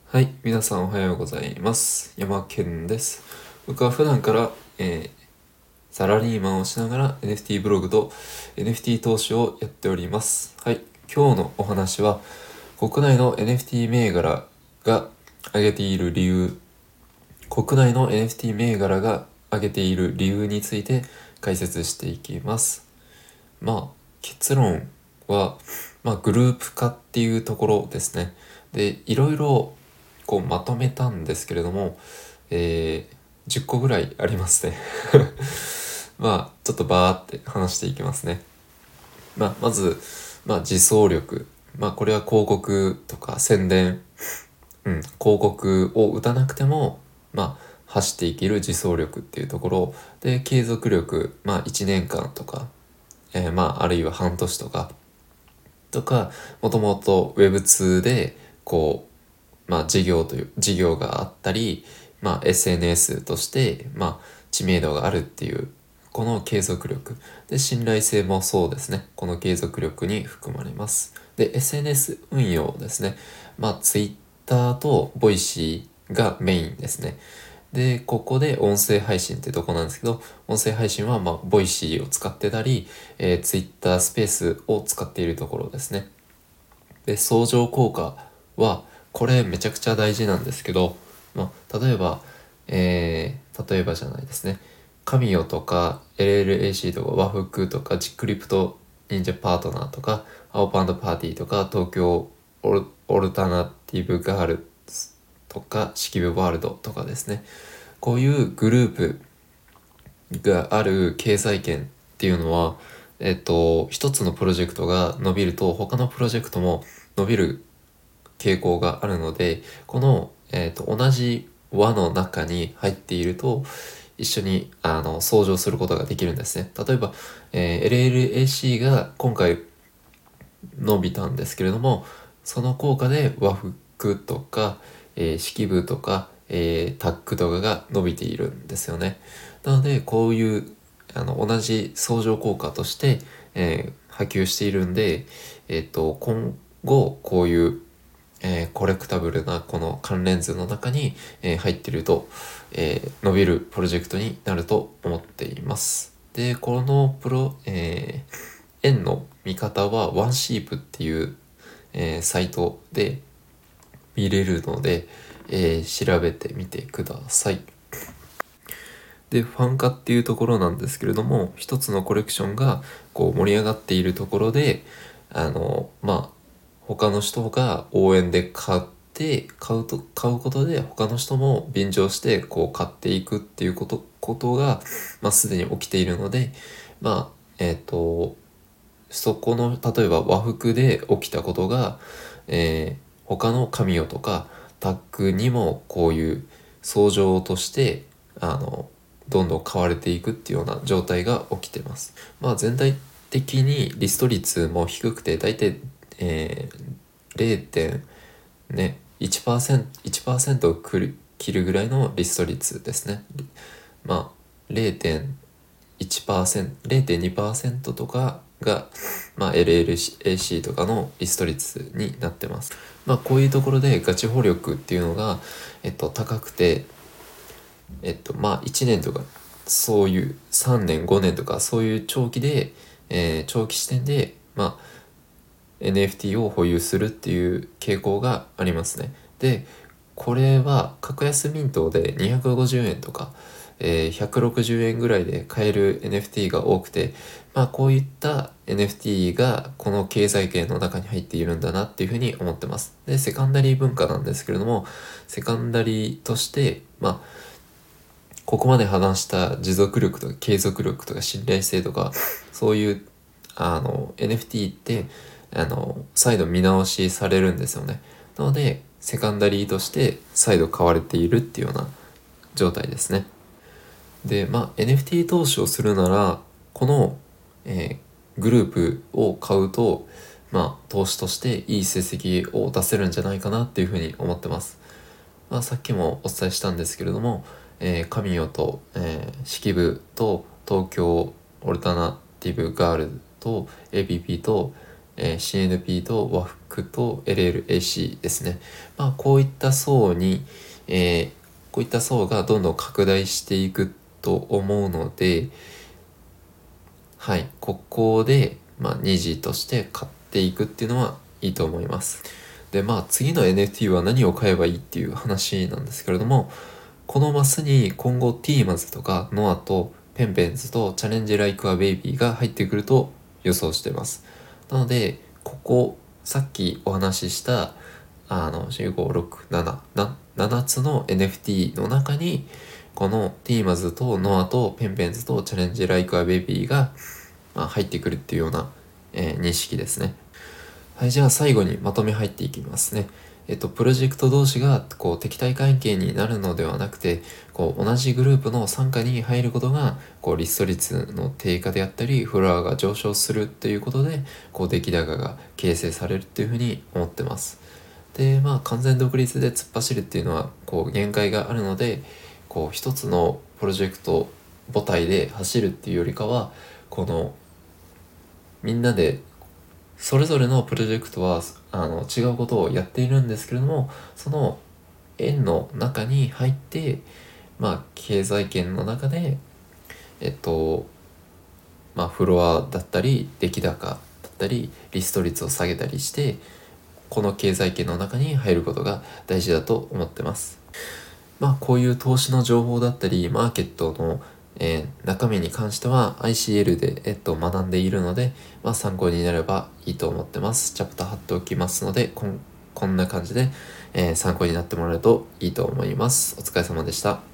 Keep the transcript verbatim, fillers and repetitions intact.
はい、皆さんおはようございます。山健です。僕は普段から、えーサラリーマンをしながら エヌエフティー ブログと エヌエフティー 投資をやっております。はい、今日のお話は国内の エヌエフティー 銘柄が上げている理由、国内の エヌエフティー 銘柄が上げている理由について解説していきます。まあ結論は、まあ、グループ化っていうところですね。で、いろいろこうまとめたんですけれども、えー、じゅっこぐらいありますね。まあちょっとバーって話していきますね。まあ、まず、まあ、自走力。まあこれは広告とか宣伝、うん、広告を打たなくても、まあ、走っていける自走力っていうところで、継続力、まあいちねんかんとか、えー、まああるいは半年とかとか、もともと ウェブツー でこう、まあ、事業という事業があったり、まあ、エスエヌエス として、まあ、知名度があるっていうこの継続力で、信頼性もそうですね、この継続力に含まれます。で エスエヌエス 運用ですね、まあ Twitter と Voicy がメインですね。で、ここで音声配信ってとこなんですけど、音声配信はまあ、ボイシーを使ってたり、えー、Twitter スペースを使っているところですね。で、相乗効果は、これめちゃくちゃ大事なんですけど、まあ、例えば、えー、例えばじゃないですね。神代とか エルエルエーシー とか和服とかジクリプト忍者パートナーとか青パンダパーティーとか東京オル、オルタナティブガールズとか式部ワールドとかですね。こういうグループがある経済圏っていうのは、えっと、一つのプロジェクトが伸びると他のプロジェクトも伸びる傾向があるので、この、えっと、同じ輪の中に入っていると一緒にあの相乗することができるんですね。例えば、えー、エルエルエーシー が今回伸びたんですけれども、その効果で和服とか、えー、式部とか、えー、タックとかが伸びているんですよね。なのでこういうあの同じ相乗効果として、えー、波及しているんで、えー、と今後こういう、えー、コレクタブルなこの関連図の中に、えー、入っていると、えー、伸びるプロジェクトになると思っています。で、このプロ、えー、円の見方はワンシープっていう、えー、サイトで見れるので、えー、調べてみてください。で、ファン化っていうところなんですけれども、一つのコレクションがこう盛り上がっているところで、あの、まあ、他の人が応援で買って、買うと、買うことで他の人も便乗してこう買っていくっていうこと、ことが、まあ、すでに起きているので、まあ、えっと、そこの例えば和服で起きたことが、えー他の神代とかタックにもこういう相乗としてあのどんどん買われていくっていうような状態が起きてます。まあ全体的にリスト率も低くて大体、えー、れいてんねいちパーセント、いちパーセントを切るぐらいのリスト率ですね。まあれいてんいちパーセント、れいてんにパーセントとかが、まあ、エルエルエーシー とかのリスト率になってます。まあ、こういうところでガチ保力っていうのが、えっと、高くて、えっと、まあ、いちねんとか、そういうさんねん、ごねんとか、そういう長期で、えー長期視点で、まあ、エヌエフティー を保有するっていう傾向がありますね。で、これは格安ミントでにひゃくごじゅうえんとか、えーひゃくろくじゅうえんぐらいで買える エヌエフティー が多くて、まあこういった エヌエフティー がこの経済圏の中に入っているんだなっていうふうに思ってます。で、セカンダリー文化なんですけれども、セカンダリーとして、まあここまで話した持続力とか継続力とか信頼性とか、そういうあの エヌエフティー ってあの再度見直しされるんですよね。なのでセカンダリーとして再度買われているっていうような状態ですね。で、まあ エヌエフティー 投資をするならこの、えーグループを買うと、まあ投資としていい成績を出せるんじゃないかなっていうふうに思ってます。まあ、さっきもお伝えしたんですけれども、えー、神代と、えー、式部と東京オルタナティブガールと エーピーピー と、えー、シーエヌピー と和服クと エルエルエーシー ですね。まあこういった層に、えー、こういった層がどんどん拡大していくと思うので、はい、ここで、まあ、二次として買っていくっていうのはいいと思います。で、まあ次の エヌエフティー は何を買えばいいっていう話なんですけれども、このマスに今後ティーマズとかノアとペンペンズとチャレンジライクアベイビーが入ってくると予想しています。なので、ここ、さっきお話しした、あの、よん、ご、ろく、なな、な、ななつの エヌエフティー の中に、このティーマズとノアとペンペンズとチャレンジライクアベイビーが、まあ、入ってくるっていうような、えー認識ですね。はい、じゃあ最後にまとめ入っていきますね。えっと、プロジェクト同士がこう敵対関係になるのではなくて、こう同じグループの傘下に入ることが、こうリスト率の低下であったり、フロアが上昇するっていうことで、こう出来高が形成されるっていうふうに思ってます。で、まあ完全独立で突っ走るっていうのは、こう限界があるので、こう一つのプロジェクト母体で走るっていうよりかは、このみんなでそれぞれのプロジェクトはあの違うことをやっているんですけれども、その円の中に入って、まあ経済圏の中でえっとまあフロアだったり出来高だったりリスト率を下げたりして、この経済圏の中に入ることが大事だと思ってます。まあこういう投資の情報だったりマーケットの、えー中身に関しては アイシーエル で、えっと、学んでいるので、まあ、参考になればいいと思ってます。チャプター貼っておきますので、こんこんな感じで、えー参考になってもらえるといいと思います。お疲れ様でした。